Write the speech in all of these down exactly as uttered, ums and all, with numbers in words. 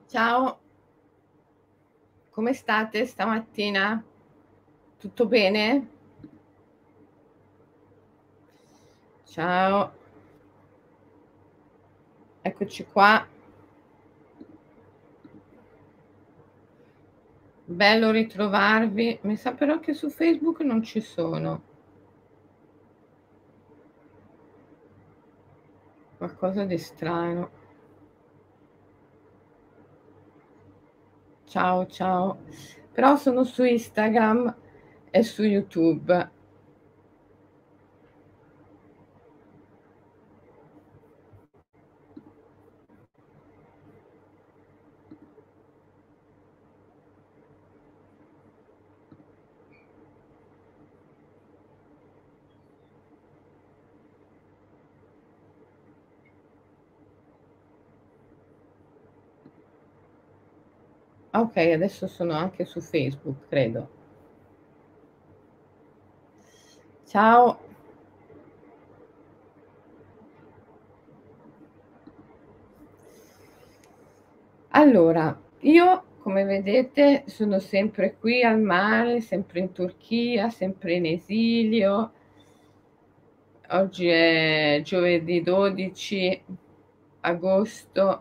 Ciao, come state stamattina? Tutto bene? Ciao, eccoci qua. Bello ritrovarvi. Mi sa però che su Facebook non ci sono. Qualcosa di strano. Ciao, ciao. Però sono su Instagram e su YouTube. Ah, ok, adesso sono anche su Facebook, credo. Ciao. Allora, io come vedete sono sempre qui al mare, sempre in Turchia, sempre in esilio. Oggi è giovedì dodici agosto.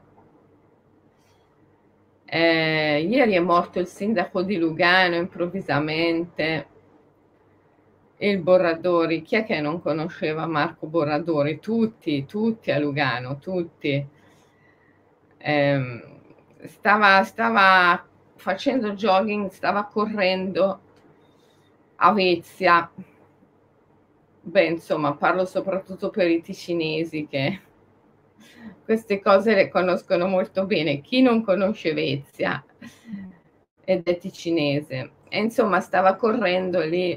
Eh, ieri è morto il sindaco di Lugano improvvisamente, il Borradori. Chi è che non conosceva Marco Borradori? Tutti, tutti a Lugano, tutti. Ehm, stava, stava facendo jogging, stava correndo a Vezia. Beh, insomma, parlo soprattutto per i ticinesi che queste cose le conoscono molto bene. Chi non conosce Vezia ed è ticinese. E insomma, stava correndo lì,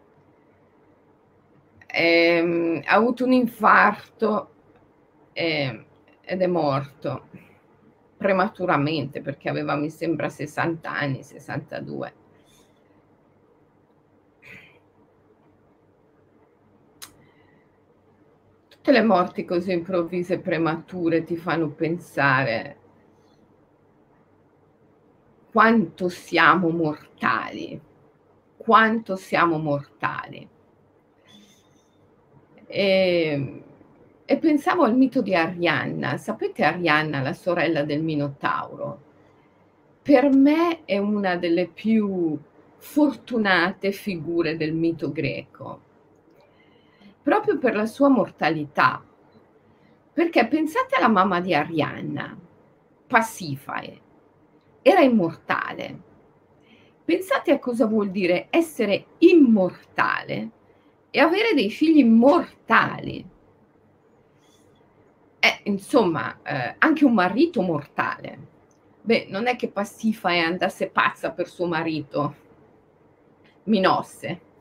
ehm, ha avuto un infarto, ehm, ed è morto prematuramente perché aveva, mi sembra, sessanta anni, sessantadue. Tutte le morti così improvvise e premature ti fanno pensare quanto siamo mortali, quanto siamo mortali. E, e pensavo al mito di Arianna. Sapete Arianna, la sorella del Minotauro? Per me è una delle più fortunate figure del mito greco, proprio per la sua mortalità. Perché pensate alla mamma di Arianna, Pasifae, era immortale. Pensate a cosa vuol dire essere immortale e avere dei figli mortali. Eh, insomma, eh, anche un marito mortale. Beh, non è che Pasifae andasse pazza per suo marito, Minosse.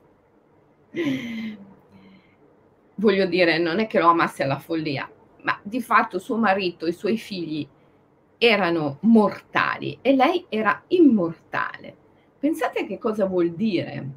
Voglio dire, non è che lo amasse alla follia, ma di fatto suo marito e i suoi figli erano mortali e lei era immortale. Pensate che cosa vuol dire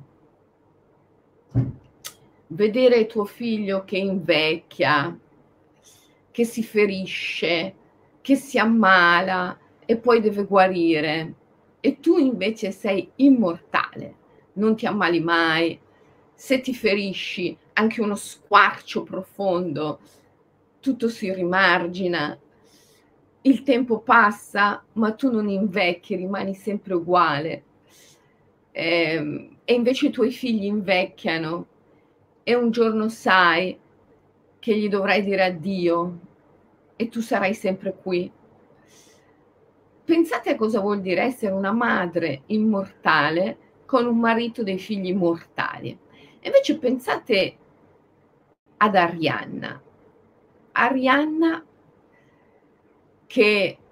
vedere tuo figlio che invecchia, che si ferisce, che si ammala e poi deve guarire, e tu invece sei immortale, non ti ammali mai, se ti ferisci anche uno squarcio profondo, tutto si rimargina, il tempo passa, ma tu non invecchi, rimani sempre uguale. Ehm, e invece i tuoi figli invecchiano e un giorno sai che gli dovrai dire addio e tu sarai sempre qui. Pensate a cosa vuol dire essere una madre immortale con un marito dei figli mortali. E invece pensate ad Arianna. Arianna che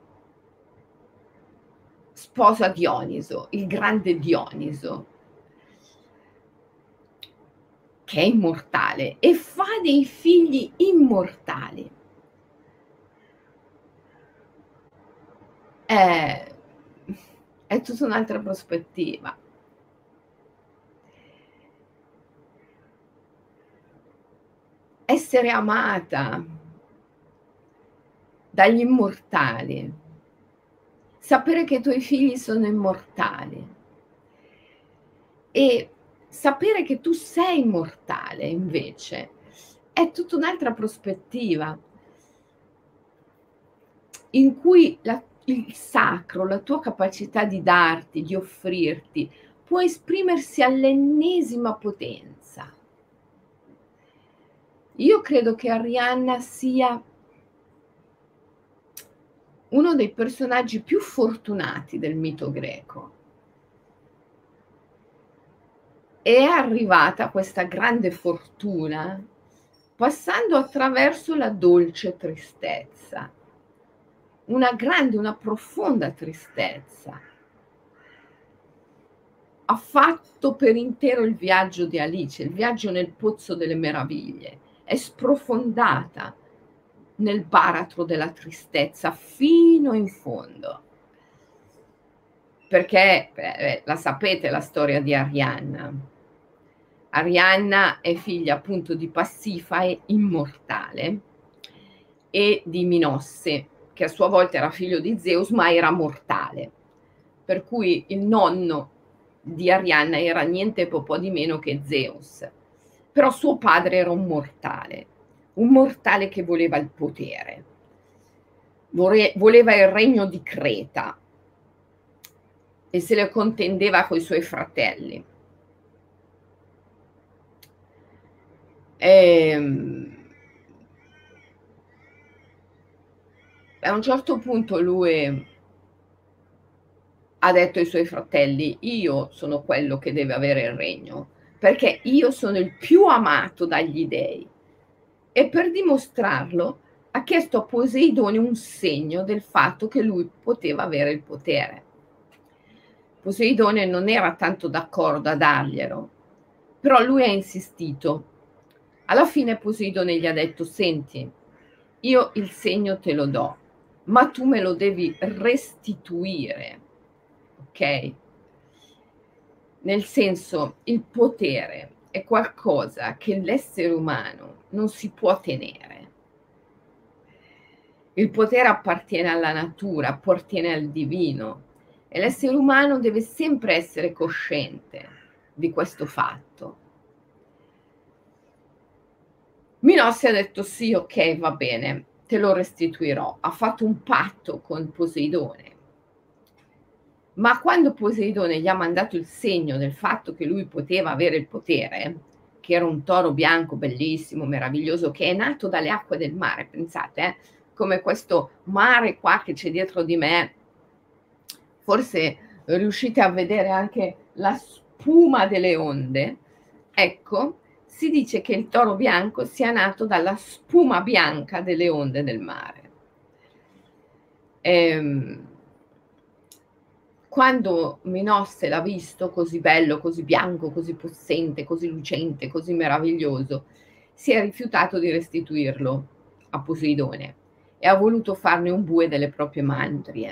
sposa Dioniso, il grande Dioniso, che è immortale e fa dei figli immortali. È, è tutta un'altra prospettiva. Essere amata dagli immortali sapere che i tuoi figli sono immortali e sapere che tu sei immortale invece è tutta un'altra prospettiva in cui la il sacro, la tua capacità di darti, di offrirti, può esprimersi all'ennesima potenza. Io credo che Arianna sia uno dei personaggi più fortunati del mito greco. È arrivata questa grande fortuna passando attraverso la dolce tristezza, una grande, una profonda tristezza. Ha fatto per intero il viaggio di Alice, il viaggio nel pozzo delle meraviglie, è sprofondata nel baratro della tristezza fino in fondo. Perché, eh, la sapete la storia di Arianna. Arianna è figlia appunto di Passifae, immortale, e di Minosse, che a sua volta era figlio di Zeus, ma era mortale. Per cui il nonno di Arianna era niente po' di meno che Zeus. Però suo padre era un mortale, un mortale che voleva il potere, voleva il regno di Creta e se lo contendeva coi suoi fratelli. Ehm, a un certo punto lui ha detto ai suoi fratelli: io sono quello che deve avere il regno, perché io sono il più amato dagli dei. E per dimostrarlo ha chiesto a Poseidone un segno del fatto che lui poteva avere il potere. Poseidone non era tanto d'accordo a darglielo, però lui ha insistito. Alla fine Poseidone gli ha detto: senti, io il segno te lo do, ma tu me lo devi restituire, ok? Nel senso, il potere è qualcosa che l'essere umano non si può tenere. Il potere appartiene alla natura, appartiene al divino e l'essere umano deve sempre essere cosciente di questo fatto. Minosse ha detto sì, ok, va bene, te lo restituirò. Ha fatto un patto con Poseidone. Ma quando Poseidone gli ha mandato il segno del fatto che lui poteva avere il potere, che era un toro bianco bellissimo, meraviglioso, che è nato dalle acque del mare, pensate, eh? Come questo mare qua che c'è dietro di me, forse riuscite a vedere anche la spuma delle onde, ecco, si dice che il toro bianco sia nato dalla spuma bianca delle onde del mare. Ehm, quando Minosse l'ha visto così bello, così bianco, così possente, così lucente, così meraviglioso, si è rifiutato di restituirlo a Poseidone e ha voluto farne un bue delle proprie mandrie.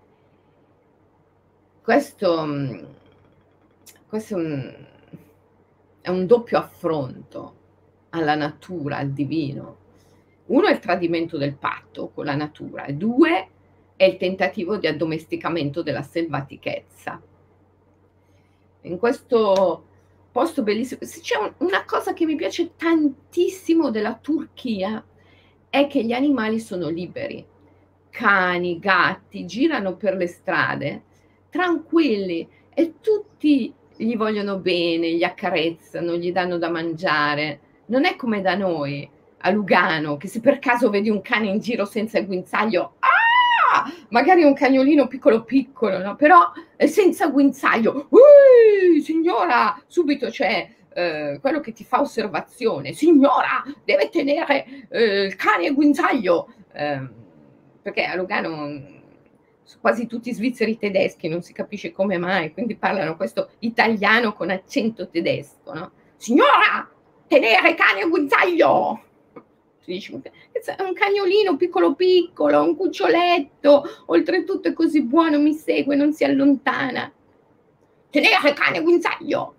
Questo, questo è, un, è un doppio affronto alla natura, al divino. Uno è il tradimento del patto con la natura e due è il tentativo di addomesticamento della selvatichezza. In questo posto bellissimo, se c'è un, una cosa che mi piace tantissimo della Turchia è che gli animali sono liberi. Cani, gatti, girano per le strade tranquilli e tutti gli vogliono bene, gli accarezzano, gli danno da mangiare. Non è come da noi, a Lugano, che se per caso vedi un cane in giro senza il guinzaglio, ah! Magari un cagnolino piccolo piccolo, no? Però senza guinzaglio, ui, signora, subito c'è eh, quello che ti fa osservazione, signora, deve tenere eh, il cane e guinzaglio, eh, perché a Lugano quasi tutti svizzeri tedeschi, non si capisce come mai, quindi parlano questo italiano con accento tedesco, no? Signora, tenere cane e guinzaglio! Tu dici, è un cagnolino piccolo piccolo, un cuccioletto, oltretutto è così buono, mi segue, non si allontana. Tenere cane e guinzaglio!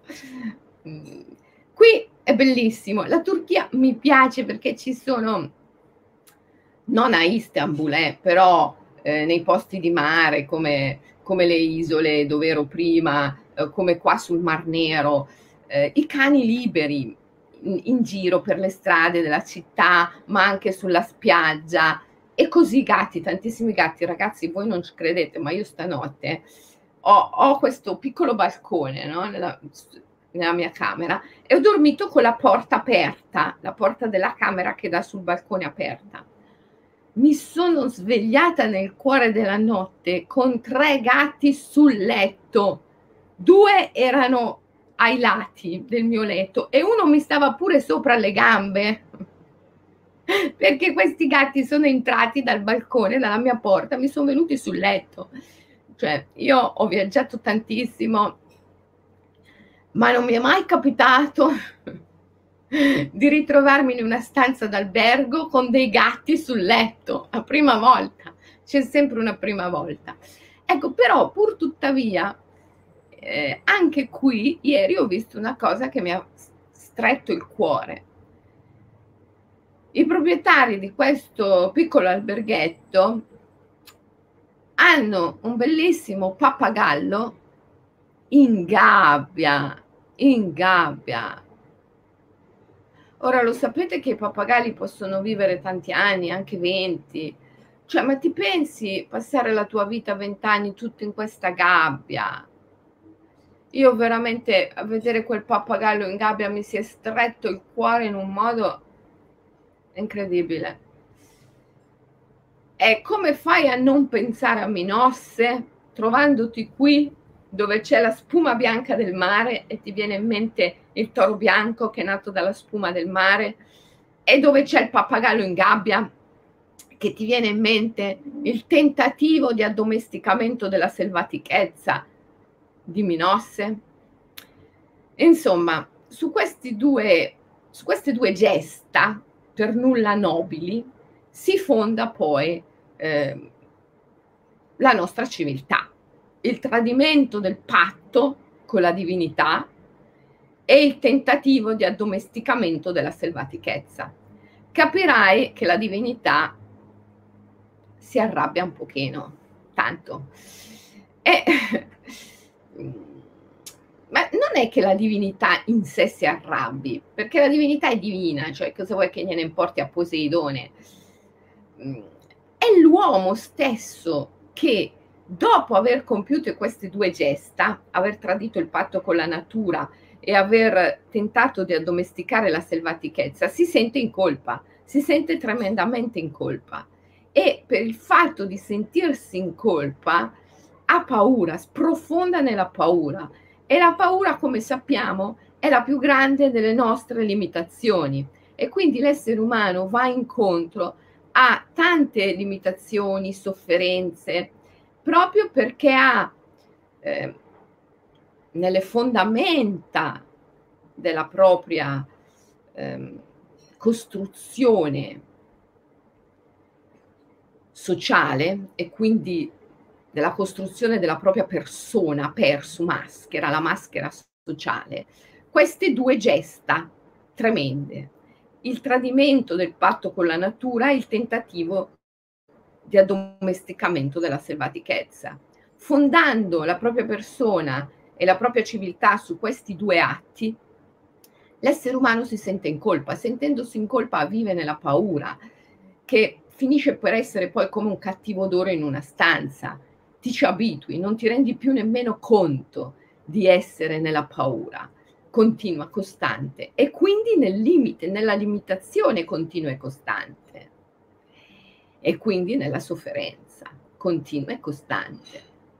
Qui è bellissimo, la Turchia mi piace perché ci sono, non a Istanbul, eh, però eh, nei posti di mare come, come le isole dove ero prima, eh, come qua sul Mar Nero, eh, i cani liberi in, in giro per le strade della città, ma anche sulla spiaggia, e così gatti, tantissimi gatti. Ragazzi, voi non ci credete, ma io stanotte ho, ho questo piccolo balcone, no? nella, nella mia camera, e ho dormito con la porta aperta, la porta della camera che dà sul balcone aperta. Mi sono svegliata nel cuore della notte con tre gatti sul letto, due erano ai lati del mio letto e uno mi stava pure sopra le gambe, perché questi gatti sono entrati dal balcone, dalla mia porta, mi sono venuti sul letto. Cioè, io ho viaggiato tantissimo, ma non mi è mai capitato di ritrovarmi in una stanza d'albergo con dei gatti sul letto, la prima volta, c'è sempre una prima volta. Ecco, però pur tuttavia, eh, anche qui ieri ho visto una cosa che mi ha stretto il cuore. I proprietari di questo piccolo alberghetto hanno un bellissimo pappagallo in gabbia, in gabbia. Ora lo sapete che i pappagalli possono vivere tanti anni, anche venti, cioè, ma ti pensi passare la tua vita venti anni tutto in questa gabbia? Io veramente a vedere quel pappagallo in gabbia mi si è stretto il cuore in un modo incredibile. E come fai a non pensare a Minosse trovandoti qui dove c'è la spuma bianca del mare e ti viene in mente il toro bianco che è nato dalla spuma del mare, e dove c'è il pappagallo in gabbia che ti viene in mente il tentativo di addomesticamento della selvatichezza di Minosse? Insomma, su questi due, su queste due gesta per nulla nobili si fonda poi eh, la nostra civiltà, il tradimento del patto con la divinità e il tentativo di addomesticamento della selvatichezza. Capirai che la divinità si arrabbia un pochino, tanto. E, ma non è che la divinità in sé si arrabbi, perché la divinità è divina, cioè cosa vuoi che gliene importi a Poseidone? È l'uomo stesso che, dopo aver compiuto queste due gesta, aver tradito il patto con la natura e aver tentato di addomesticare la selvatichezza, si sente in colpa, si sente tremendamente in colpa, e per il fatto di sentirsi in colpa ha paura, sprofonda nella paura, e la paura, come sappiamo, è la più grande delle nostre limitazioni, e quindi l'essere umano va incontro ha tante limitazioni, sofferenze, proprio perché ha eh, nelle fondamenta della propria eh, costruzione sociale, e quindi della costruzione della propria persona, persu, maschera, la maschera sociale, queste due gesta tremende: il tradimento del patto con la natura e il tentativo di addomesticamento della selvatichezza. Fondando la propria persona e la propria civiltà su questi due atti, l'essere umano si sente in colpa, sentendosi in colpa vive nella paura, che finisce per essere poi come un cattivo odore in una stanza. Ti ci abitui, non ti rendi più nemmeno conto di essere nella paura continua, costante, e quindi nel limite, nella limitazione continua e costante, e quindi nella sofferenza continua e costante.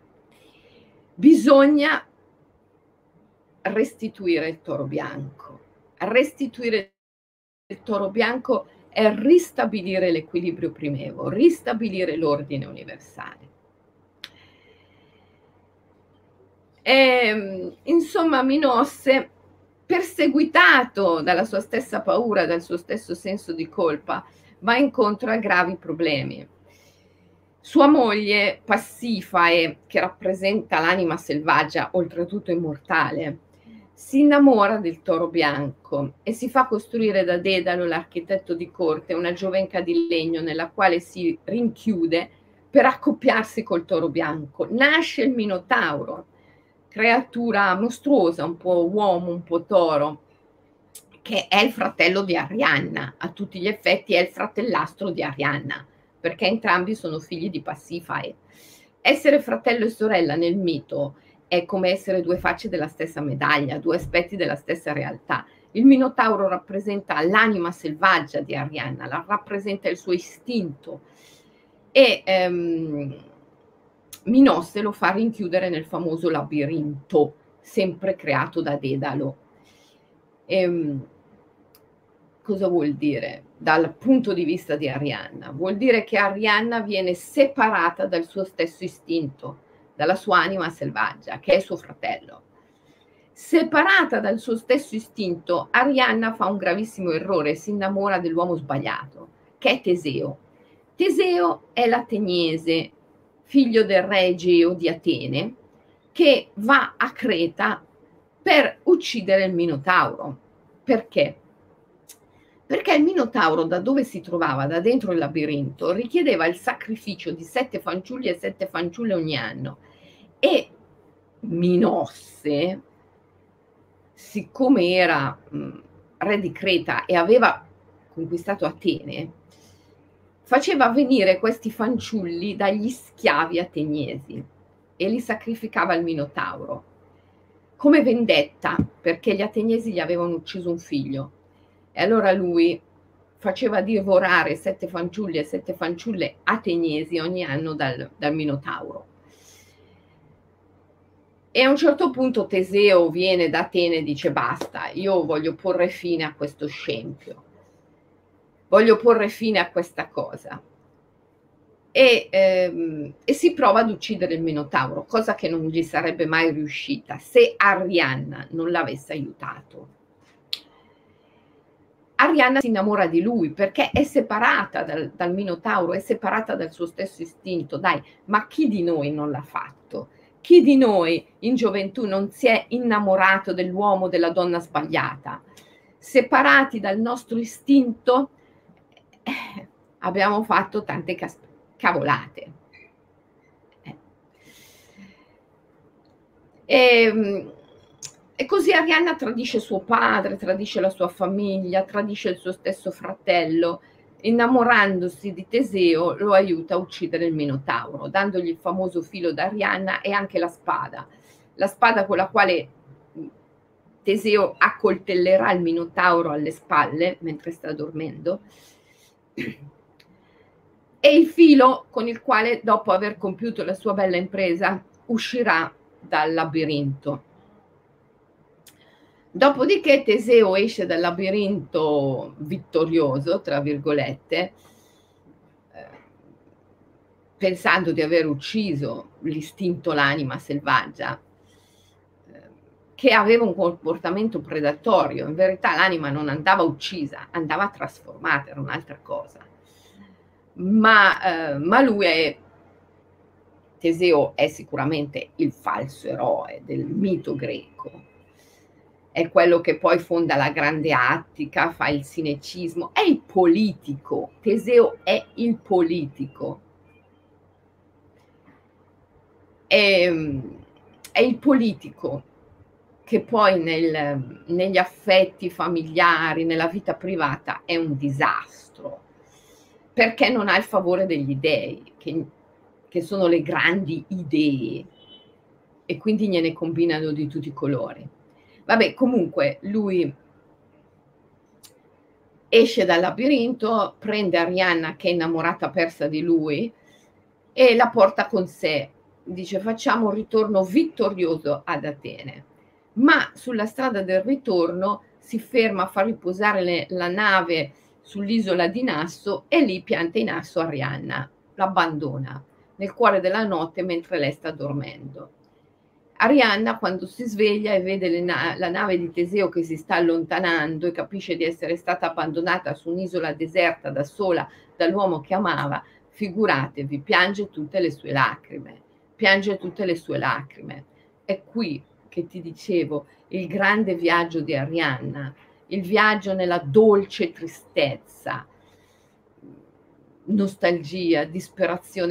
Bisogna restituire il toro bianco. Restituire il toro bianco è ristabilire l'equilibrio primevo, ristabilire l'ordine universale. E, insomma, Minosse, perseguitato dalla sua stessa paura, dal suo stesso senso di colpa, va incontro a gravi problemi. Sua moglie, Passifae, che rappresenta l'anima selvaggia, oltretutto immortale, si innamora del toro bianco e si fa costruire da Dedalo, l'architetto di corte, una giovenca di legno nella quale si rinchiude per accoppiarsi col toro bianco. Nasce il Minotauro, creatura mostruosa, un po' uomo, un po' toro, che è il fratello di Arianna, a tutti gli effetti è il fratellastro di Arianna, perché entrambi sono figli di Pasífae. Essere fratello e sorella nel mito è come essere due facce della stessa medaglia, due aspetti della stessa realtà. Il Minotauro rappresenta l'anima selvaggia di Arianna, la rappresenta il suo istinto, e ehm, Minosse lo fa rinchiudere nel famoso labirinto, sempre creato da Dedalo. Ehm, cosa vuol dire dal punto di vista di Arianna? Vuol dire che Arianna viene separata dal suo stesso istinto, dalla sua anima selvaggia, che è suo fratello. Separata dal suo stesso istinto, Arianna fa un gravissimo errore, si innamora dell'uomo sbagliato, che è Teseo. Teseo è l'ateniese, figlio del re Egeo di Atene, che va a Creta per uccidere il Minotauro. Perché? Perché il Minotauro, da dove si trovava, da dentro il labirinto, richiedeva il sacrificio di sette fanciulli e sette fanciulle ogni anno. E Minosse, siccome era mh, re di Creta e aveva conquistato Atene, faceva venire questi fanciulli dagli schiavi ateniesi e li sacrificava al Minotauro, come vendetta, perché gli ateniesi gli avevano ucciso un figlio. E allora lui faceva divorare sette fanciulli e sette fanciulle ateniesi ogni anno dal, dal Minotauro. E a un certo punto Teseo viene da Atene e dice: basta, io voglio porre fine a questo scempio, voglio porre fine a questa cosa. E, ehm, e si prova ad uccidere il Minotauro, cosa che non gli sarebbe mai riuscita se Arianna non l'avesse aiutato. Arianna si innamora di lui perché è separata dal, dal Minotauro, è separata dal suo stesso istinto. Dai, ma chi di noi non l'ha fatto? Chi di noi in gioventù non si è innamorato dell'uomo, della donna sbagliata? Separati dal nostro istinto, eh, abbiamo fatto tante cavolate. Eh. E, e così Arianna tradisce suo padre, tradisce la sua famiglia, tradisce il suo stesso fratello. Innamorandosi di Teseo, lo aiuta a uccidere il Minotauro, dandogli il famoso filo d'Arianna e anche la spada. La spada con la quale Teseo accoltellerà il Minotauro alle spalle mentre sta dormendo, e il filo con il quale, dopo aver compiuto la sua bella impresa, uscirà dal labirinto. Dopodiché Teseo esce dal labirinto vittorioso, tra virgolette, eh, pensando di aver ucciso l'istinto, l'anima selvaggia, eh, che aveva un comportamento predatorio. In verità l'anima non andava uccisa, andava trasformata, era un'altra cosa. Ma, eh, ma lui è, Teseo è sicuramente il falso eroe del mito greco. È quello che poi fonda la grande Attica, fa il cinecismo, è il politico. Teseo è il politico. È, è il politico che poi nel, negli affetti familiari, nella vita privata è un disastro, perché non ha il favore degli dei, che, che sono le grandi idee, e quindi gliene combinano di tutti i colori. Vabbè, comunque lui esce dal labirinto, prende Arianna che è innamorata persa di lui e la porta con sé. Dice: facciamo un ritorno vittorioso ad Atene. Ma sulla strada del ritorno si ferma a far riposare le, la nave sull'isola di Nasso e lì pianta in asso Arianna, l'abbandona nel cuore della notte mentre lei sta dormendo. Arianna, quando si sveglia e vede na- la nave di Teseo che si sta allontanando e capisce di essere stata abbandonata su un'isola deserta da sola dall'uomo che amava, figuratevi, piange tutte le sue lacrime, piange tutte le sue lacrime. È qui che ti dicevo, il grande viaggio di Arianna, il viaggio nella dolce tristezza, nostalgia, disperazione, ma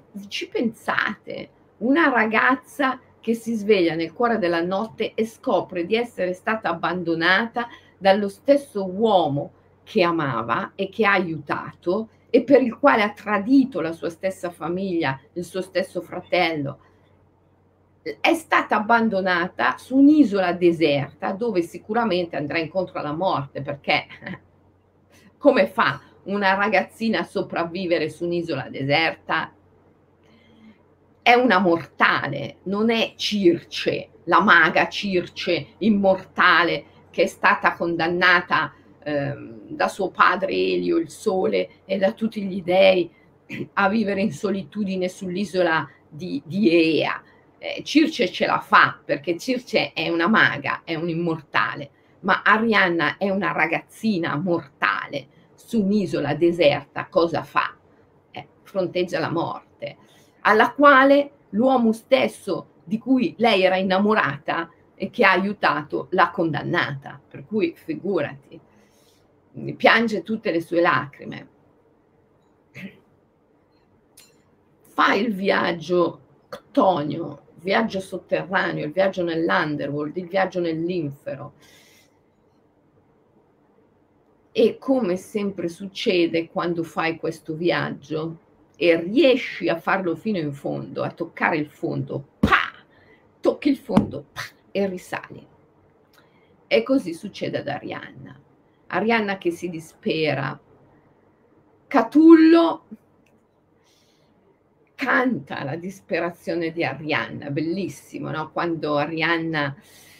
ci pensate? Una ragazza che si sveglia nel cuore della notte e scopre di essere stata abbandonata dallo stesso uomo che amava e che ha aiutato e per il quale ha tradito la sua stessa famiglia, il suo stesso fratello. È stata abbandonata su un'isola deserta dove sicuramente andrà incontro alla morte, perché come fa una ragazzina a sopravvivere su un'isola deserta? È una mortale, non è Circe, la maga Circe immortale che è stata condannata ehm, da suo padre Elio, il sole, e da tutti gli dei a vivere in solitudine sull'isola di, di Ea. Eh, Circe ce la fa perché Circe è una maga, è un immortale, ma Arianna è una ragazzina mortale su un'isola deserta. Cosa fa? Eh, fronteggia la morte, alla quale l'uomo stesso di cui lei era innamorata e che ha aiutato l'ha condannata, per cui figurati, piange tutte le sue lacrime. Fa il viaggio ctonio, il viaggio sotterraneo, il viaggio nell'underworld, il viaggio nell'infero. E come sempre succede quando fai questo viaggio e riesci a farlo fino in fondo, a toccare il fondo, pa! Tocchi il fondo, pa! E risali. E così succede ad Arianna. Arianna che si dispera. Catullo canta la disperazione di Arianna, bellissimo, no? Quando Arianna,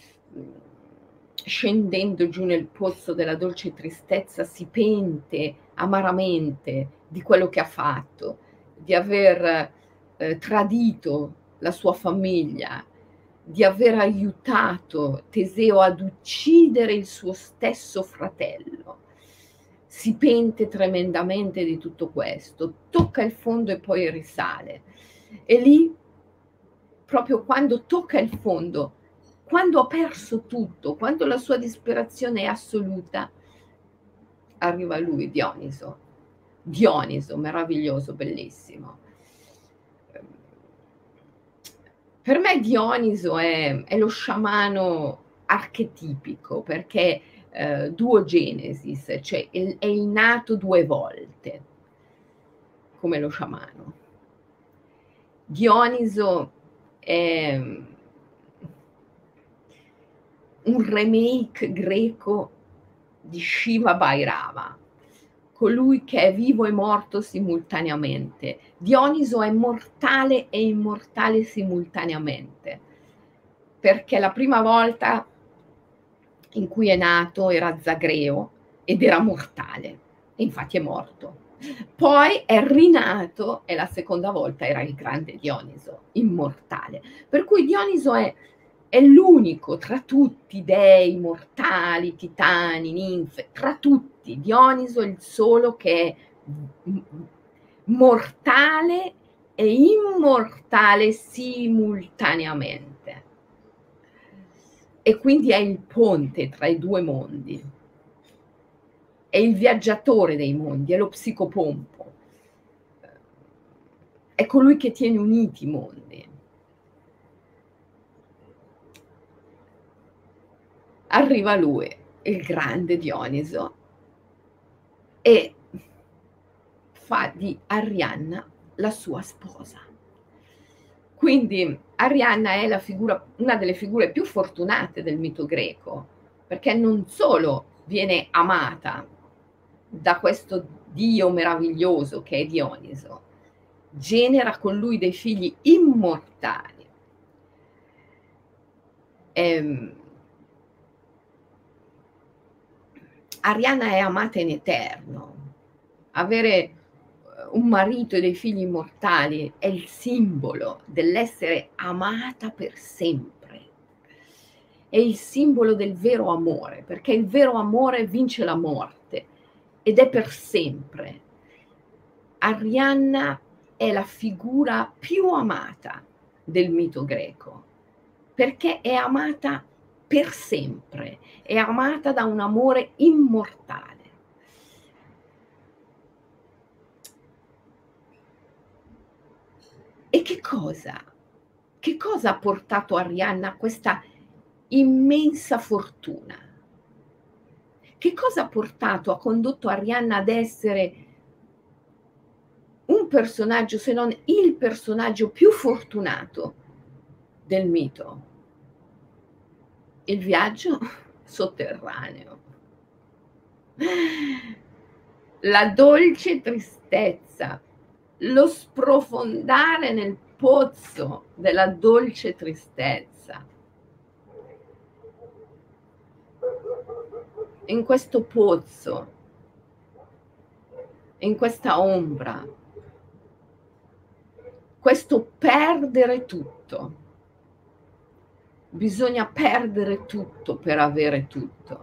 scendendo giù nel pozzo della dolce tristezza, si pente amaramente di quello che ha fatto, di aver eh, tradito la sua famiglia, di aver aiutato Teseo ad uccidere il suo stesso fratello. Si pente tremendamente di tutto questo, tocca il fondo e poi risale. E lì, proprio quando tocca il fondo, quando ha perso tutto, quando la sua disperazione è assoluta, arriva lui, Dioniso. Dioniso, meraviglioso, bellissimo. Per me Dioniso è, è lo sciamano archetipico, perché eh, duogenesis, cioè è, è il nato due volte, come lo sciamano. Dioniso è un remake greco di Shiva Bhairava, colui che è vivo e morto simultaneamente. Dioniso è mortale e immortale simultaneamente, perché la prima volta in cui è nato era Zagreo ed era mortale, e infatti è morto. Poi è rinato e la seconda volta era il grande Dioniso, immortale. Per cui Dioniso è, è l'unico tra tutti i dei mortali, titani, ninfe, tra tutti, Dioniso è il solo che è mortale e immortale simultaneamente. E quindi è il ponte tra i due mondi, è il viaggiatore dei mondi, è lo psicopompo, è colui che tiene uniti i mondi. Arriva lui, il grande Dioniso, e fa di Arianna la sua sposa. Quindi Arianna è la figura, una delle figure più fortunate del mito greco, perché non solo viene amata da questo dio meraviglioso che è Dioniso, genera con lui dei figli immortali. Ehm, Arianna è amata in eterno. Avere un marito e dei figli immortali è il simbolo dell'essere amata per sempre. È il simbolo del vero amore, perché il vero amore vince la morte ed è per sempre. Arianna è la figura più amata del mito greco, perché è amata per sempre, è amata da un amore immortale. che cosa? Che cosa ha portato Arianna a questa immensa fortuna? Che cosa ha portato, ha condotto Arianna ad essere un personaggio, se non il personaggio più fortunato del mito? Il viaggio sotterraneo. La dolce tristezza, lo sprofondare nel pozzo della dolce tristezza. In questo pozzo, in questa ombra, questo perdere tutto. Bisogna perdere tutto per avere tutto.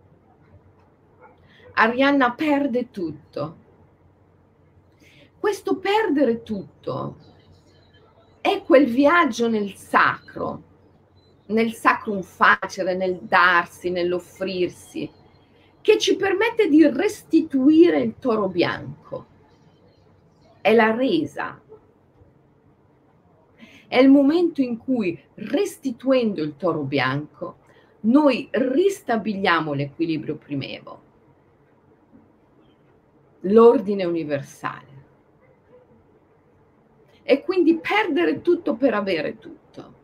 Arianna perde tutto. Questo perdere tutto è quel viaggio nel sacro, nel sacrum facere, nel darsi, nell'offrirsi, che ci permette di restituire il toro bianco. È la resa. È il momento in cui, restituendo il toro bianco, noi ristabiliamo l'equilibrio primevo, l'ordine universale. E quindi perdere tutto per avere tutto.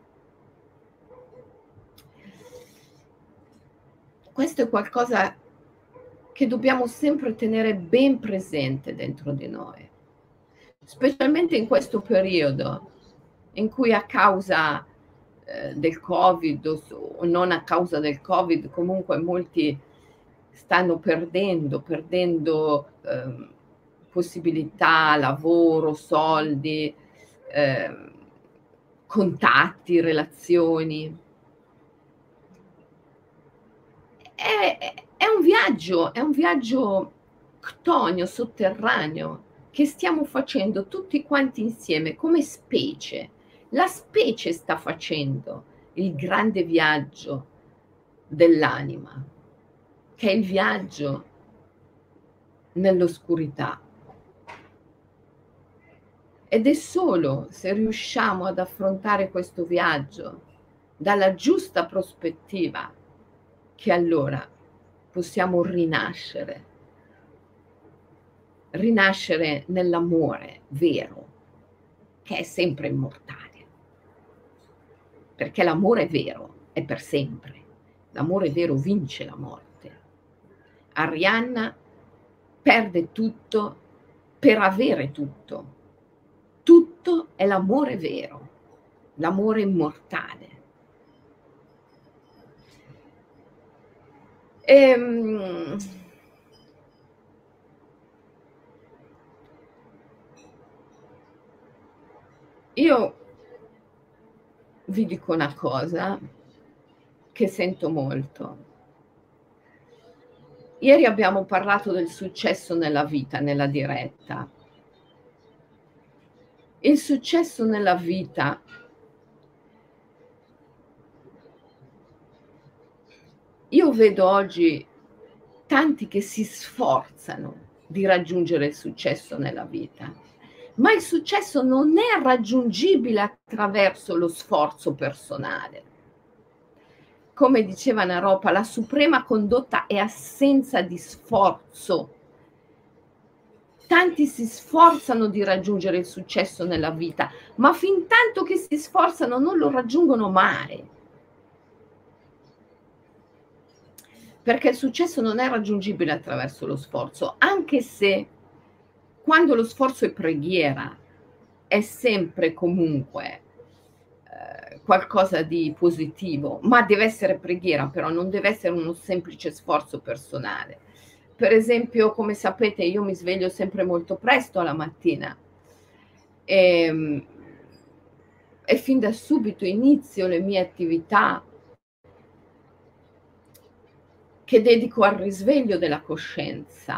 Questo è qualcosa che dobbiamo sempre tenere ben presente dentro di noi, specialmente in questo periodo in cui a causa eh, del Covid o non a causa del Covid, comunque molti stanno perdendo, perdendo eh, possibilità, lavoro, soldi, eh, contatti, relazioni. È, è un viaggio, è un viaggio ctonio, sotterraneo, che stiamo facendo tutti quanti insieme come specie. La specie sta facendo il grande viaggio dell'anima, che è il viaggio nell'oscurità. Ed è solo se riusciamo ad affrontare questo viaggio dalla giusta prospettiva che allora possiamo rinascere, rinascere nell'amore vero, che è sempre immortale. Perché l'amore vero è per sempre. L'amore vero vince la morte. Arianna perde tutto per avere tutto. Tutto è l'amore vero, l'amore immortale. Ehm... Io vi dico una cosa che sento molto. Ieri abbiamo parlato del successo nella vita, nella diretta. Il successo nella vita io vedo oggi tanti che si sforzano di raggiungere il successo nella vita, ma il successo non è raggiungibile attraverso lo sforzo personale. Come diceva Naropa, la suprema condotta è assenza di sforzo. Tanti si sforzano di raggiungere il successo nella vita, ma fin tanto che si sforzano non lo raggiungono mai. Perché il successo non è raggiungibile attraverso lo sforzo, anche se quando lo sforzo è preghiera è sempre comunque eh, qualcosa di positivo, ma deve essere preghiera, però non deve essere uno semplice sforzo personale. Per esempio, come sapete, io mi sveglio sempre molto presto alla mattina e, e fin da subito inizio le mie attività che dedico al risveglio della coscienza.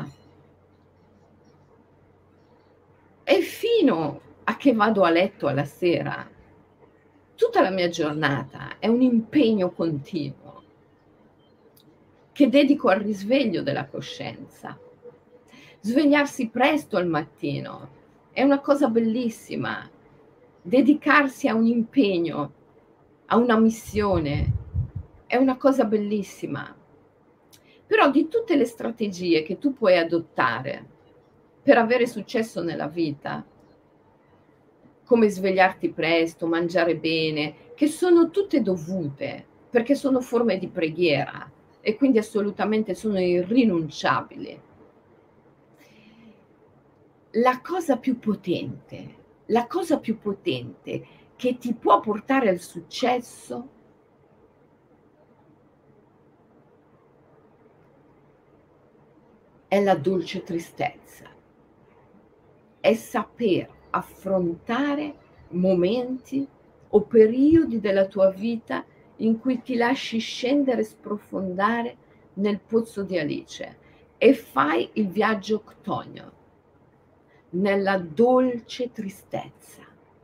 E fino a che vado a letto alla sera, tutta la mia giornata è un impegno continuo che dedico al risveglio della coscienza. Svegliarsi presto al mattino è una cosa bellissima. dedicarsi a un impegno, a una missione, è una cosa bellissima. Però di tutte le strategie che tu puoi adottare per avere successo nella vita, come svegliarti presto, mangiare bene, che sono tutte dovute, perché sono forme di preghiera e quindi assolutamente sono irrinunciabili. La cosa più potente, la cosa più potente che ti può portare al successo è la dolce tristezza, è saper affrontare momenti o periodi della tua vita in cui ti lasci scendere e sprofondare nel pozzo di Alice e fai il viaggio Ctonio, nella dolce tristezza,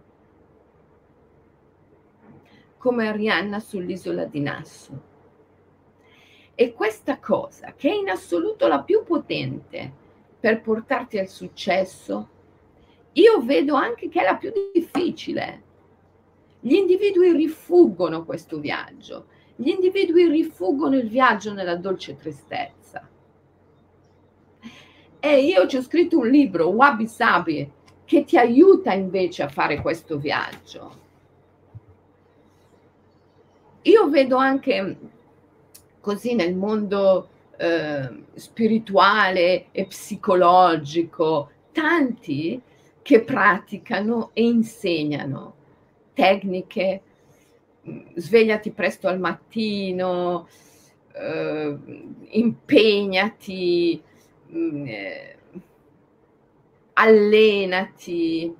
come Arianna sull'isola di Nassau. E questa cosa, che è in assoluto la più potente per portarti al successo, io vedo anche che è la più difficile. Gli individui rifuggono questo viaggio, gli individui rifuggono il viaggio nella dolce tristezza. E io ci ho scritto un libro, Wabi Sabi, che ti aiuta invece a fare questo viaggio. Io vedo anche così nel mondo eh, spirituale e psicologico tanti che praticano e insegnano tecniche, svegliati presto al mattino, eh, impegnati, eh, allenati,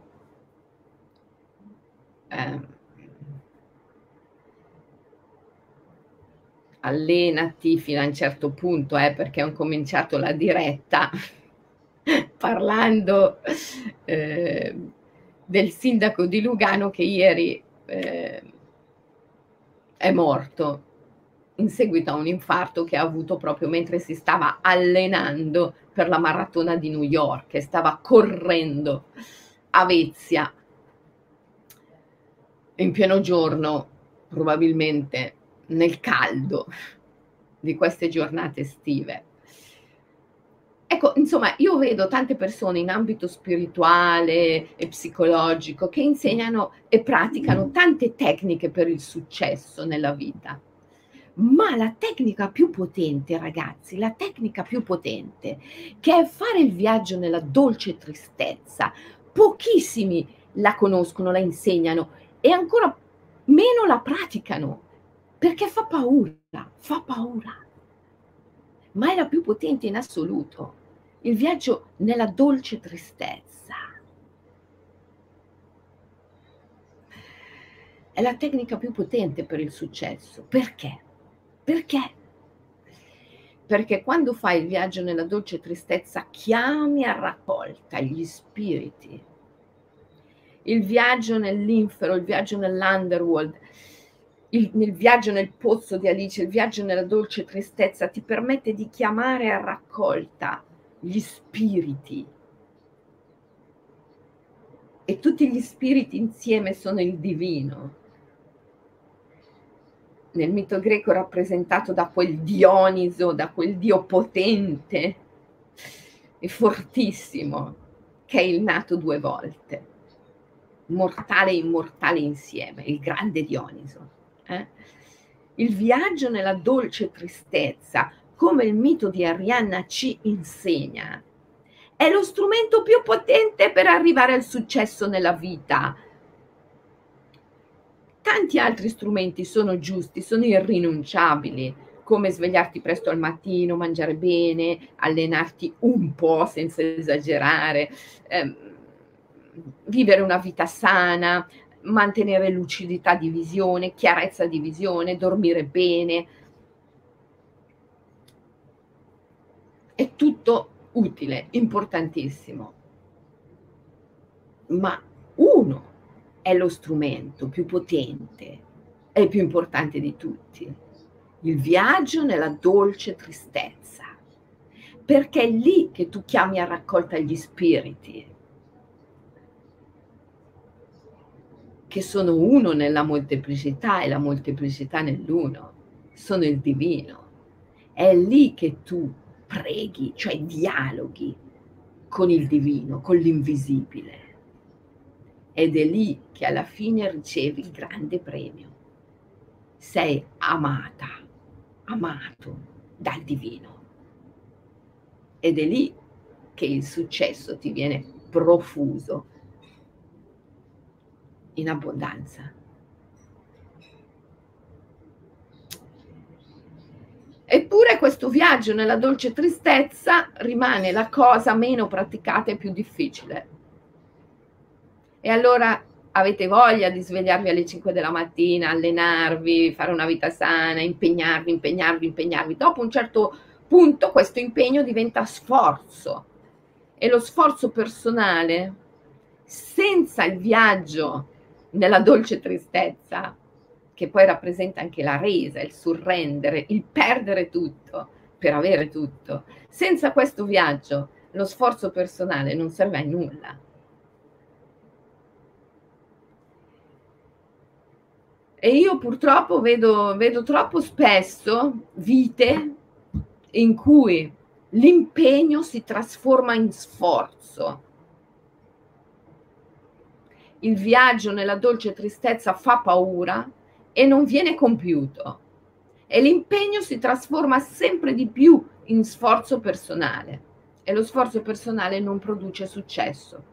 eh, allenati fino a un certo punto, eh, perché ho cominciato la diretta parlando eh, del sindaco di Lugano che ieri eh, è morto in seguito a un infarto che ha avuto proprio mentre si stava allenando per la maratona di New York, che stava correndo a Vezia in pieno giorno, probabilmente nel caldo di queste giornate estive. Ecco, insomma, io vedo tante persone in ambito spirituale e psicologico che insegnano e praticano tante tecniche per il successo nella vita. Ma la tecnica più potente, ragazzi, la tecnica più potente, che è fare il viaggio nella dolce tristezza, pochissimi la conoscono, la insegnano e ancora meno la praticano, perché fa paura, fa paura. Ma è la più potente in assoluto, il viaggio nella dolce tristezza. È la tecnica più potente per il successo. Perché? Perché? Perché quando fai il viaggio nella dolce tristezza chiami a raccolta gli spiriti. Il viaggio nell'infero, il viaggio nell'underworld, il, il viaggio nel pozzo di Alice, il viaggio nella dolce tristezza ti permette di chiamare a raccolta gli spiriti. E tutti gli spiriti insieme sono il divino. Nel mito greco rappresentato da quel Dioniso, da quel dio potente e fortissimo, che è il nato due volte, mortale e immortale insieme, il grande Dioniso. Eh? Il viaggio nella dolce tristezza, come il mito di Arianna ci insegna, è lo strumento più potente per arrivare al successo nella vita. Tanti altri strumenti sono giusti, sono irrinunciabili, come svegliarti presto al mattino, mangiare bene, allenarti un po' senza esagerare, ehm, vivere una vita sana, mantenere lucidità di visione, chiarezza di visione, dormire bene. È tutto utile, importantissimo. Ma uno è lo strumento più potente e più importante di tutti, il viaggio nella dolce tristezza, perché è lì che tu chiami a raccolta gli spiriti. che sono uno nella molteplicità e la molteplicità nell'uno, sono il divino. È lì che tu preghi, cioè dialoghi con il divino, con l'invisibile. Ed è lì che alla fine ricevi il grande premio. Sei amata, amato dal divino. Ed è lì che il successo ti viene profuso in abbondanza. Eppure questo viaggio nella dolce tristezza rimane la cosa meno praticata e più difficile. E allora avete voglia di svegliarvi alle cinque della mattina, allenarvi, fare una vita sana, impegnarvi, impegnarvi, impegnarvi. Dopo un certo punto questo impegno diventa sforzo, e lo sforzo personale, senza il viaggio nella dolce tristezza, che poi rappresenta anche la resa, il surrendere, il perdere tutto per avere tutto, senza questo viaggio lo sforzo personale non serve a nulla. E io purtroppo vedo, vedo troppo spesso vite in cui l'impegno si trasforma in sforzo. Il viaggio nella dolce tristezza fa paura e non viene compiuto. E l'impegno si trasforma sempre di più in sforzo personale. E lo sforzo personale non produce successo.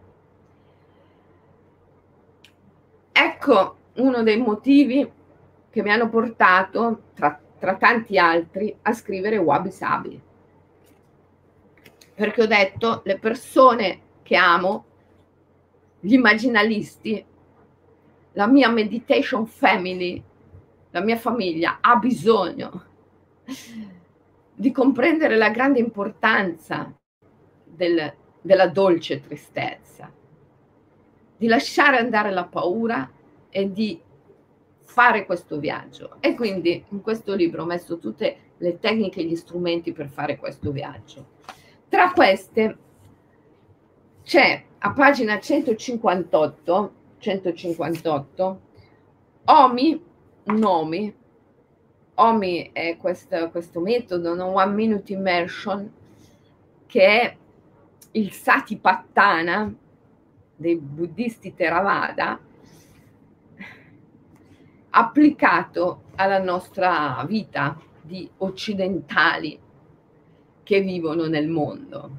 Ecco uno dei motivi che mi hanno portato, tra, tra tanti altri, a scrivere Wabi Sabi. Perché ho detto, le persone che amo, gli immaginalisti, la mia meditation family, la mia famiglia, ha bisogno di comprendere la grande importanza del, della dolce tristezza, di lasciare andare la paura e di fare questo viaggio. E quindi in questo libro ho messo tutte le tecniche e gli strumenti per fare questo viaggio. Tra queste c'è a pagina centocinquantotto, centocinquantotto Omi, Nomi, Omi è questo, questo metodo, no? One Minute Immersion, che è il Satipatthana dei buddhisti Theravada, applicato alla nostra vita di occidentali che vivono nel mondo.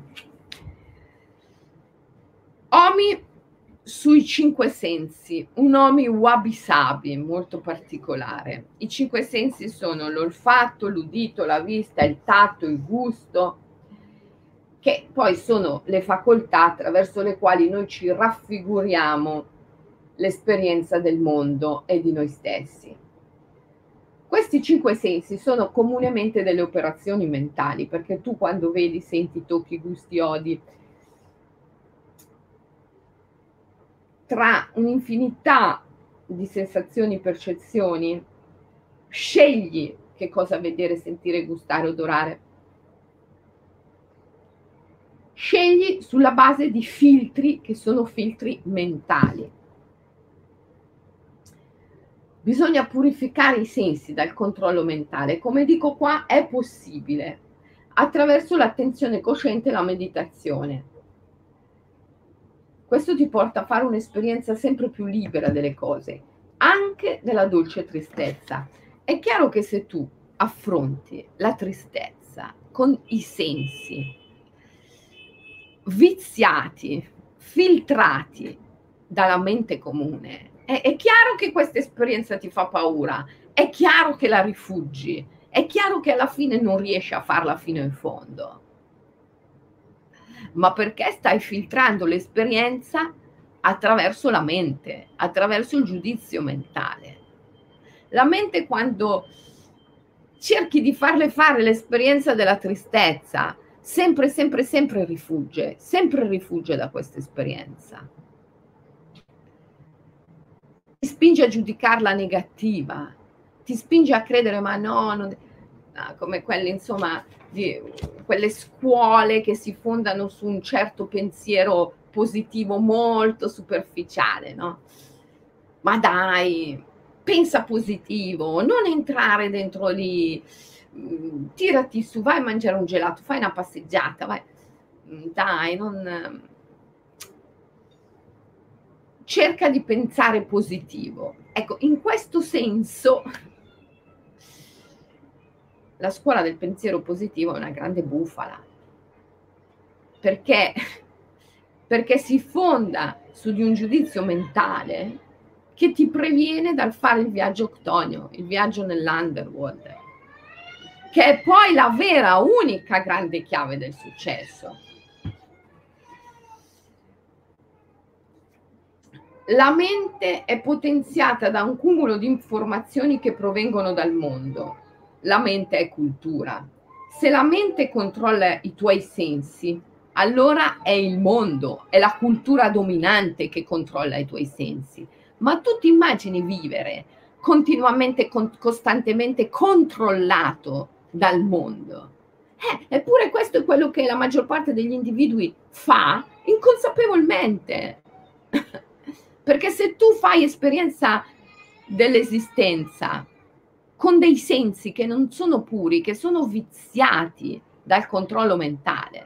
Omi sui cinque sensi, un Omi Wabi Sabi molto particolare. I cinque sensi sono l'olfatto, l'udito, la vista, il tatto, il gusto, che poi sono le facoltà attraverso le quali noi ci raffiguriamo l'esperienza del mondo e di noi stessi. Questi cinque sensi sono comunemente delle operazioni mentali, perché tu quando vedi, senti, tocchi, gusti, odi, tra un'infinità di sensazioni, percezioni, scegli che cosa vedere, sentire, gustare, odorare. Scegli sulla base di filtri che sono filtri mentali. Bisogna purificare i sensi dal controllo mentale. Come dico qua, è possibile attraverso l'attenzione cosciente e la meditazione. Questo ti porta a fare un'esperienza sempre più libera delle cose, anche della dolce tristezza. È chiaro che se tu affronti la tristezza con i sensi viziati, filtrati dalla mente comune, è, è chiaro che questa esperienza ti fa paura, è chiaro che la rifuggi, è chiaro che alla fine non riesci a farla fino in fondo. Ma perché stai filtrando l'esperienza attraverso la mente, attraverso il giudizio mentale. La mente, quando cerchi di farle fare l'esperienza della tristezza, sempre, sempre, sempre rifugge, sempre rifugge da questa esperienza. Ti spinge a giudicarla negativa, ti spinge a credere, ma no, non... no come quelle, insomma, di quelle scuole che si fondano su un certo pensiero positivo molto superficiale, no? Ma dai, pensa positivo, non entrare dentro lì, mhmm, tirati su, vai a mangiare un gelato, fai una passeggiata, vai mhmm, dai, non cerca di pensare positivo. Ecco, in questo senso la scuola del pensiero positivo è una grande bufala. Perché perché si fonda su di un giudizio mentale che ti previene dal fare il viaggio ctonio, il viaggio nell'underworld, che è poi la vera, unica grande chiave del successo. La mente è potenziata da un cumulo di informazioni che provengono dal mondo. La mente è cultura. Se la mente controlla i tuoi sensi, allora è il mondo, è la cultura dominante che controlla i tuoi sensi. Ma tu ti immagini vivere continuamente, con, costantemente controllato dal mondo? Eh, eppure questo è quello che la maggior parte degli individui fa inconsapevolmente. Perché se tu fai esperienza dell'esistenza con dei sensi che non sono puri, che sono viziati dal controllo mentale,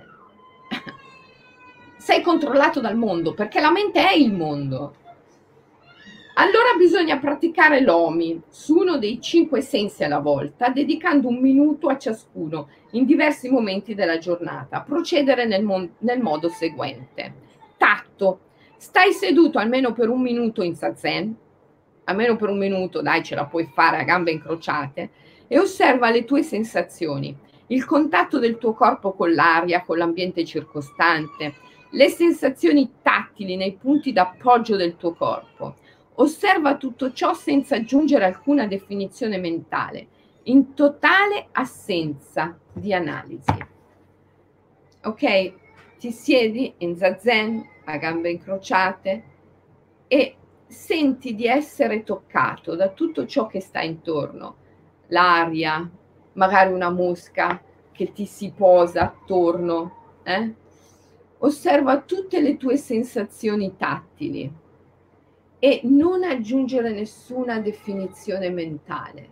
sei controllato dal mondo, perché la mente è il mondo. Allora bisogna praticare l'Omi su uno dei cinque sensi alla volta, dedicando un minuto a ciascuno in diversi momenti della giornata. Procedere nel, mo- nel modo seguente. Tatto. Stai seduto almeno per un minuto in zazen, almeno per un minuto, dai, ce la puoi fare a gambe incrociate, e osserva le tue sensazioni, il contatto del tuo corpo con l'aria, con l'ambiente circostante, le sensazioni tattili nei punti d'appoggio del tuo corpo. Osserva tutto ciò senza aggiungere alcuna definizione mentale, in totale assenza di analisi. Ok? Ti siedi in zazen, a gambe incrociate, e senti di essere toccato da tutto ciò che sta intorno, l'aria, magari una mosca che ti si posa attorno, eh? Osserva tutte le tue sensazioni tattili e non aggiungere nessuna definizione mentale.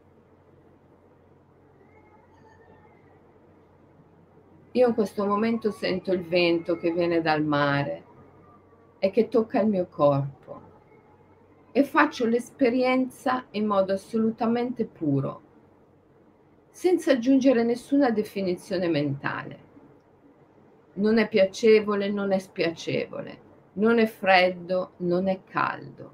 Io in questo momento sento il vento che viene dal mare e che tocca il mio corpo e faccio l'esperienza in modo assolutamente puro, senza aggiungere nessuna definizione mentale. Non è piacevole, non è spiacevole, non è freddo, non è caldo.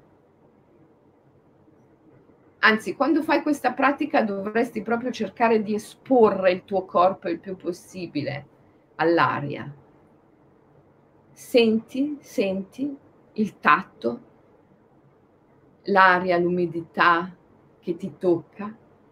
Anzi, quando fai questa pratica dovresti proprio cercare di esporre il tuo corpo il più possibile all'aria. Senti, senti il tatto, l'aria, l'umidità che ti tocca,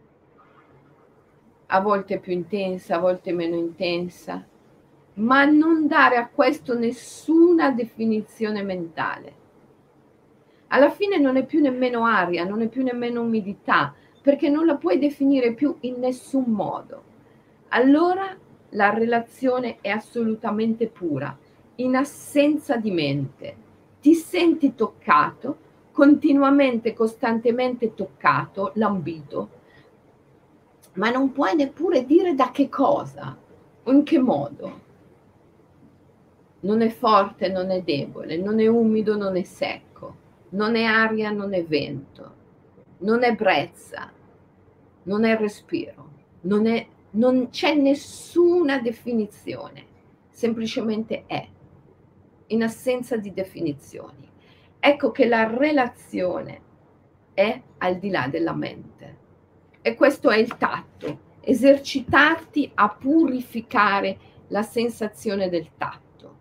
a volte più intensa, a volte meno intensa, ma non dare a questo nessuna definizione mentale. Alla fine non è più nemmeno aria, non è più nemmeno umidità, perché non la puoi definire più in nessun modo. Allora la relazione è assolutamente pura, in assenza di mente. Ti senti toccato, continuamente, costantemente toccato, lambito, ma non puoi neppure dire da che cosa o in che modo. Non è forte, non è debole, non è umido, non è secco, non è aria, non è vento, non è brezza, non è respiro, non, è, non c'è nessuna definizione, semplicemente è, in assenza di definizioni. Ecco che la relazione è al di là della mente. E questo è il tatto, esercitarti a purificare la sensazione del tatto.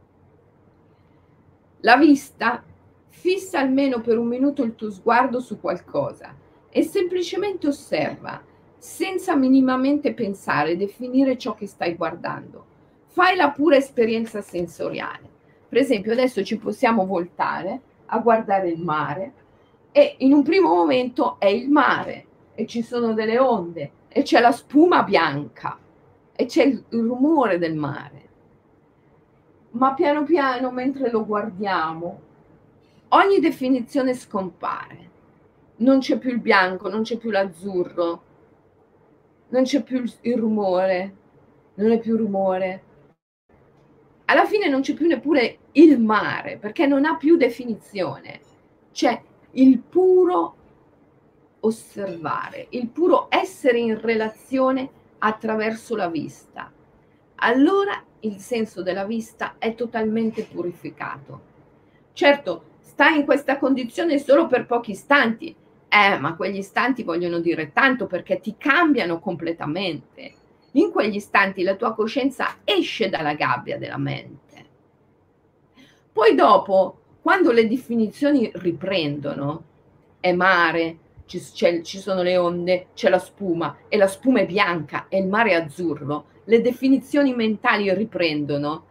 La vista, fissa almeno per un minuto il tuo sguardo su qualcosa e semplicemente osserva, senza minimamente pensare, definire ciò che stai guardando. Fai la pura esperienza sensoriale. Per esempio, adesso ci possiamo voltare a guardare il mare e in un primo momento è il mare e ci sono delle onde e c'è la spuma bianca e c'è il rumore del mare. Ma piano piano, mentre lo guardiamo, ogni definizione scompare. Non c'è più il bianco, non c'è più l'azzurro, non c'è più il, il rumore, non è più rumore. Alla fine non c'è più neppure il mare, perché non ha più definizione. C'è il puro osservare, il puro essere in relazione attraverso la vista. Allora il senso della vista è totalmente purificato. Certo, stai in questa condizione solo per pochi istanti, eh, ma quegli istanti vogliono dire tanto perché ti cambiano completamente. In quegli istanti la tua coscienza esce dalla gabbia della mente. Poi dopo, quando le definizioni riprendono, è mare, ci, ci sono le onde, c'è la spuma, e la spuma è bianca e il mare è azzurro, le definizioni mentali riprendono,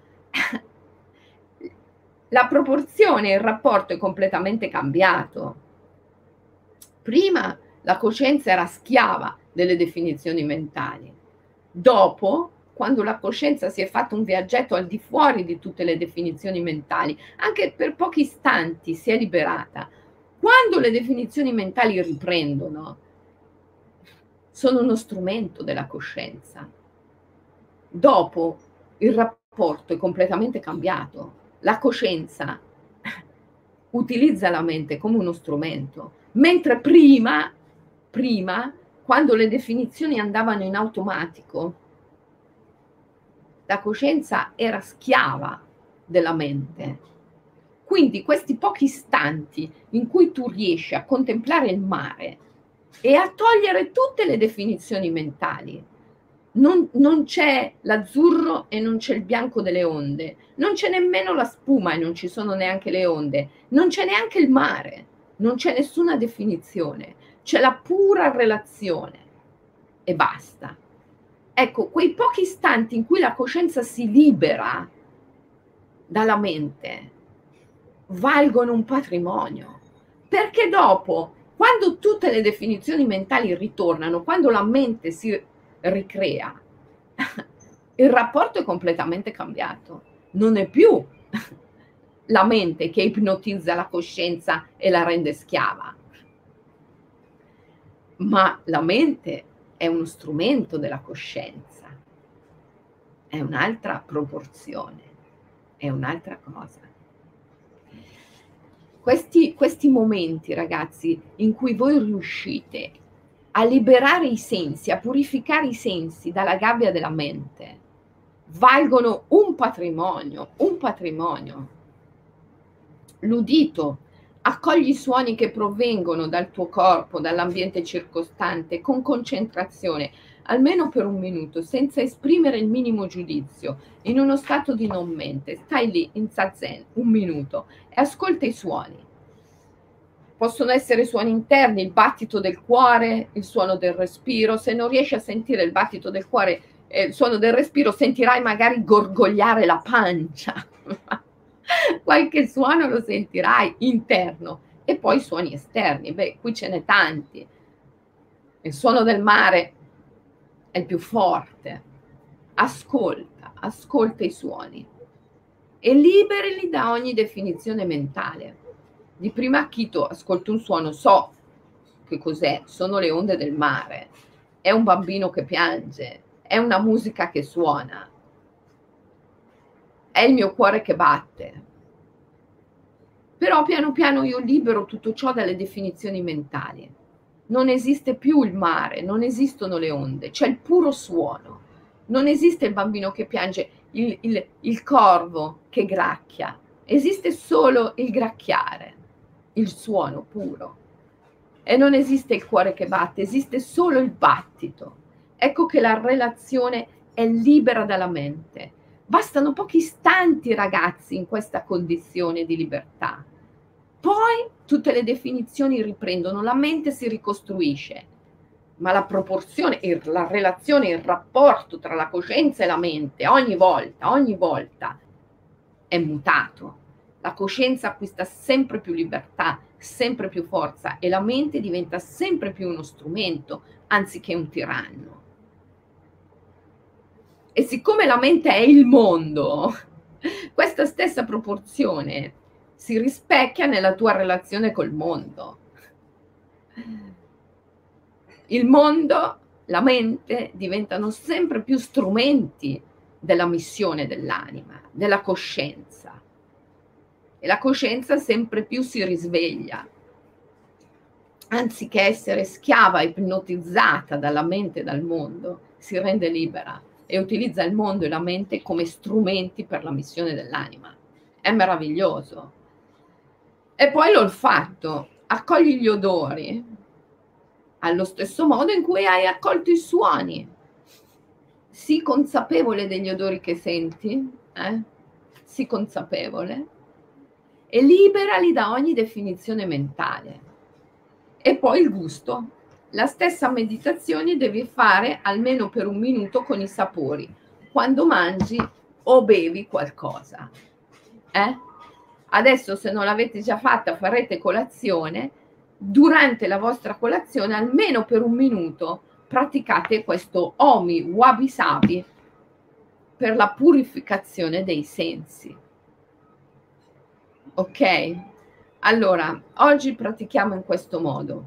la proporzione, il rapporto è completamente cambiato. Prima la coscienza era schiava delle definizioni mentali. Dopo, quando la coscienza si è fatta un viaggetto al di fuori di tutte le definizioni mentali, anche per pochi istanti si è liberata. Quando le definizioni mentali riprendono, sono uno strumento della coscienza. Dopo il rapporto è completamente cambiato. La coscienza utilizza la mente come uno strumento, mentre prima, prima, quando le definizioni andavano in automatico, la coscienza era schiava della mente. Quindi questi pochi istanti in cui tu riesci a contemplare il mare e a togliere tutte le definizioni mentali, non, non c'è l'azzurro e non c'è il bianco delle onde, non c'è nemmeno la spuma e non ci sono neanche le onde, non c'è neanche il mare, non c'è nessuna definizione, c'è la pura relazione e basta. Ecco, quei pochi istanti in cui la coscienza si libera dalla mente valgono un patrimonio, perché dopo, quando tutte le definizioni mentali ritornano, quando la mente si ricrea, il rapporto è completamente cambiato. Non è più la mente che ipnotizza la coscienza e la rende schiava, ma la mente è uno strumento della coscienza, è un'altra proporzione, è un'altra cosa. Questi, questi momenti, ragazzi, in cui voi riuscite a liberare i sensi, a purificare i sensi dalla gabbia della mente, valgono un patrimonio, un patrimonio. L'udito, accogli i suoni che provengono dal tuo corpo, dall'ambiente circostante, con concentrazione, almeno per un minuto, senza esprimere il minimo giudizio, in uno stato di non mente. Stai lì in zazen un minuto e ascolta i suoni. Possono essere suoni interni, il battito del cuore, il suono del respiro. Se non riesci a sentire il battito del cuore e il suono del respiro, sentirai magari gorgogliare la pancia. Qualche suono lo sentirai interno. E poi suoni esterni. Beh, qui ce n'è tanti. Il suono del mare è il più forte. Ascolta, ascolta i suoni e liberali da ogni definizione mentale. Di primo acchito ascolto un suono, so che cos'è, sono le onde del mare, è un bambino che piange, è una musica che suona, è il mio cuore che batte. Però piano piano io libero tutto ciò dalle definizioni mentali. Non esiste più il mare, non esistono le onde, c'è il puro suono. Non esiste il bambino che piange, il, il, il corvo che gracchia, esiste solo il gracchiare, il suono puro. E non esiste il cuore che batte, esiste solo il battito. Ecco che la relazione è libera dalla mente. Bastano pochi istanti, ragazzi, in questa condizione di libertà. Poi tutte le definizioni riprendono, la mente si ricostruisce, ma la proporzione, la relazione, il rapporto tra la coscienza e la mente ogni volta, ogni volta è mutato. La coscienza acquista sempre più libertà, sempre più forza e la mente diventa sempre più uno strumento anziché un tiranno. E siccome la mente è il mondo, questa stessa proporzione si rispecchia nella tua relazione col mondo. Il mondo, la mente diventano sempre più strumenti della missione dell'anima, della coscienza. E la coscienza sempre più si risveglia. Anziché essere schiava, ipnotizzata dalla mente e dal mondo, si rende libera e utilizza il mondo e la mente come strumenti per la missione dell'anima. È meraviglioso. E poi l'olfatto, accogli gli odori allo stesso modo in cui hai accolto i suoni. Sii consapevole degli odori che senti, eh? Sii consapevole e liberali da ogni definizione mentale. E poi il gusto. La stessa meditazione devi fare almeno per un minuto con i sapori, quando mangi o bevi qualcosa. Eh? Adesso, se non l'avete già fatta, farete colazione. Durante la vostra colazione, almeno per un minuto, praticate questo Omi Wabi Sabi per la purificazione dei sensi. Ok? Allora, oggi pratichiamo in questo modo.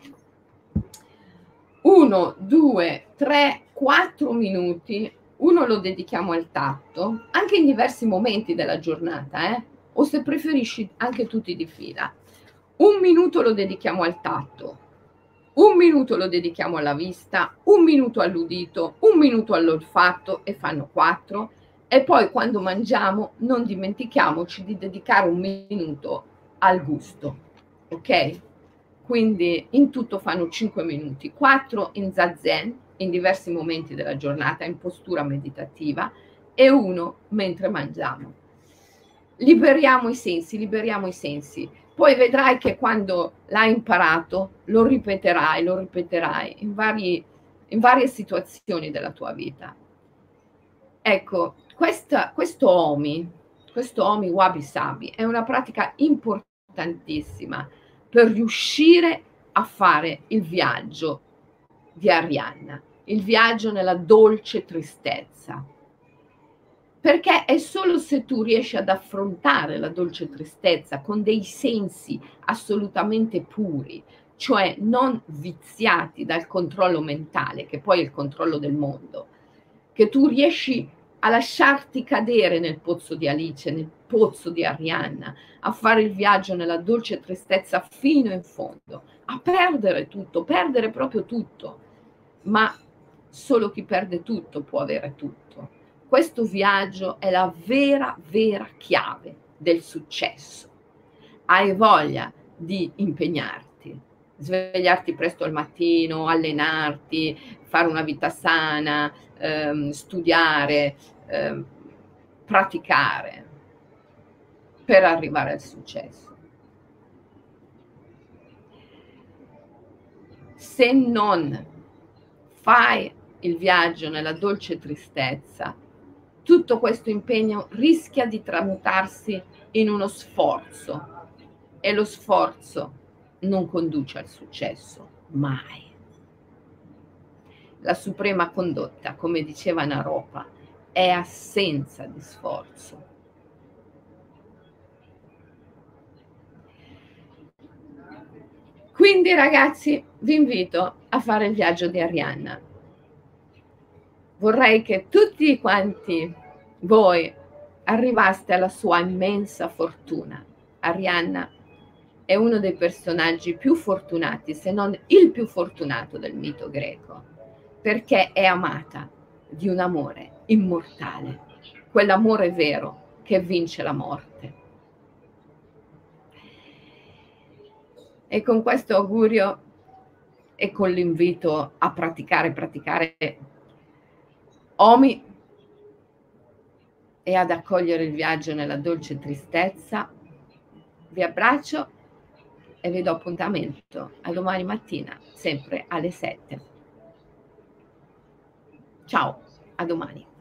Uno, due, tre, quattro minuti. Uno lo dedichiamo al tatto, anche in diversi momenti della giornata, eh? O se preferisci anche tutti di fila. Un minuto lo dedichiamo al tatto, un minuto lo dedichiamo alla vista, un minuto all'udito, un minuto all'olfatto e fanno quattro. E poi quando mangiamo non dimentichiamoci di dedicare un minuto al gusto, ok? Quindi in tutto fanno cinque minuti, quattro in zazen in diversi momenti della giornata in postura meditativa e uno mentre mangiamo. Liberiamo i sensi, liberiamo i sensi. Poi vedrai che quando l'hai imparato lo ripeterai, lo ripeterai in, vari, in varie situazioni della tua vita. Ecco, questa, questo Omi, questo Omi Wabi Sabi è una pratica importantissima per riuscire a fare il viaggio di Arianna, il viaggio nella dolce tristezza. Perché è solo se tu riesci ad affrontare la dolce tristezza con dei sensi assolutamente puri, cioè non viziati dal controllo mentale, che poi è il controllo del mondo, che tu riesci a lasciarti cadere nel pozzo di Alice, nel pozzo di Arianna, a fare il viaggio nella dolce tristezza fino in fondo, a perdere tutto, perdere proprio tutto. Ma solo chi perde tutto può avere tutto. Questo viaggio è la vera, vera chiave del successo. Hai voglia di impegnarti, svegliarti presto al mattino, allenarti, fare una vita sana, ehm, studiare, ehm, praticare per arrivare al successo. Se non fai il viaggio nella dolce tristezza, tutto questo impegno rischia di tramutarsi in uno sforzo e lo sforzo non conduce al successo, mai. La suprema condotta, come diceva Naropa, è assenza di sforzo. Quindi ragazzi, vi invito a fare il viaggio di Arianna. Vorrei che tutti quanti voi arrivaste alla sua immensa fortuna. Arianna è uno dei personaggi più fortunati, se non il più fortunato del mito greco, perché è amata di un amore immortale, quell'amore vero che vince la morte. E con questo augurio e con l'invito a praticare, praticare Omi e ad accogliere il viaggio nella dolce tristezza, vi abbraccio e vi do appuntamento a domani mattina, sempre alle sette. Ciao, a domani.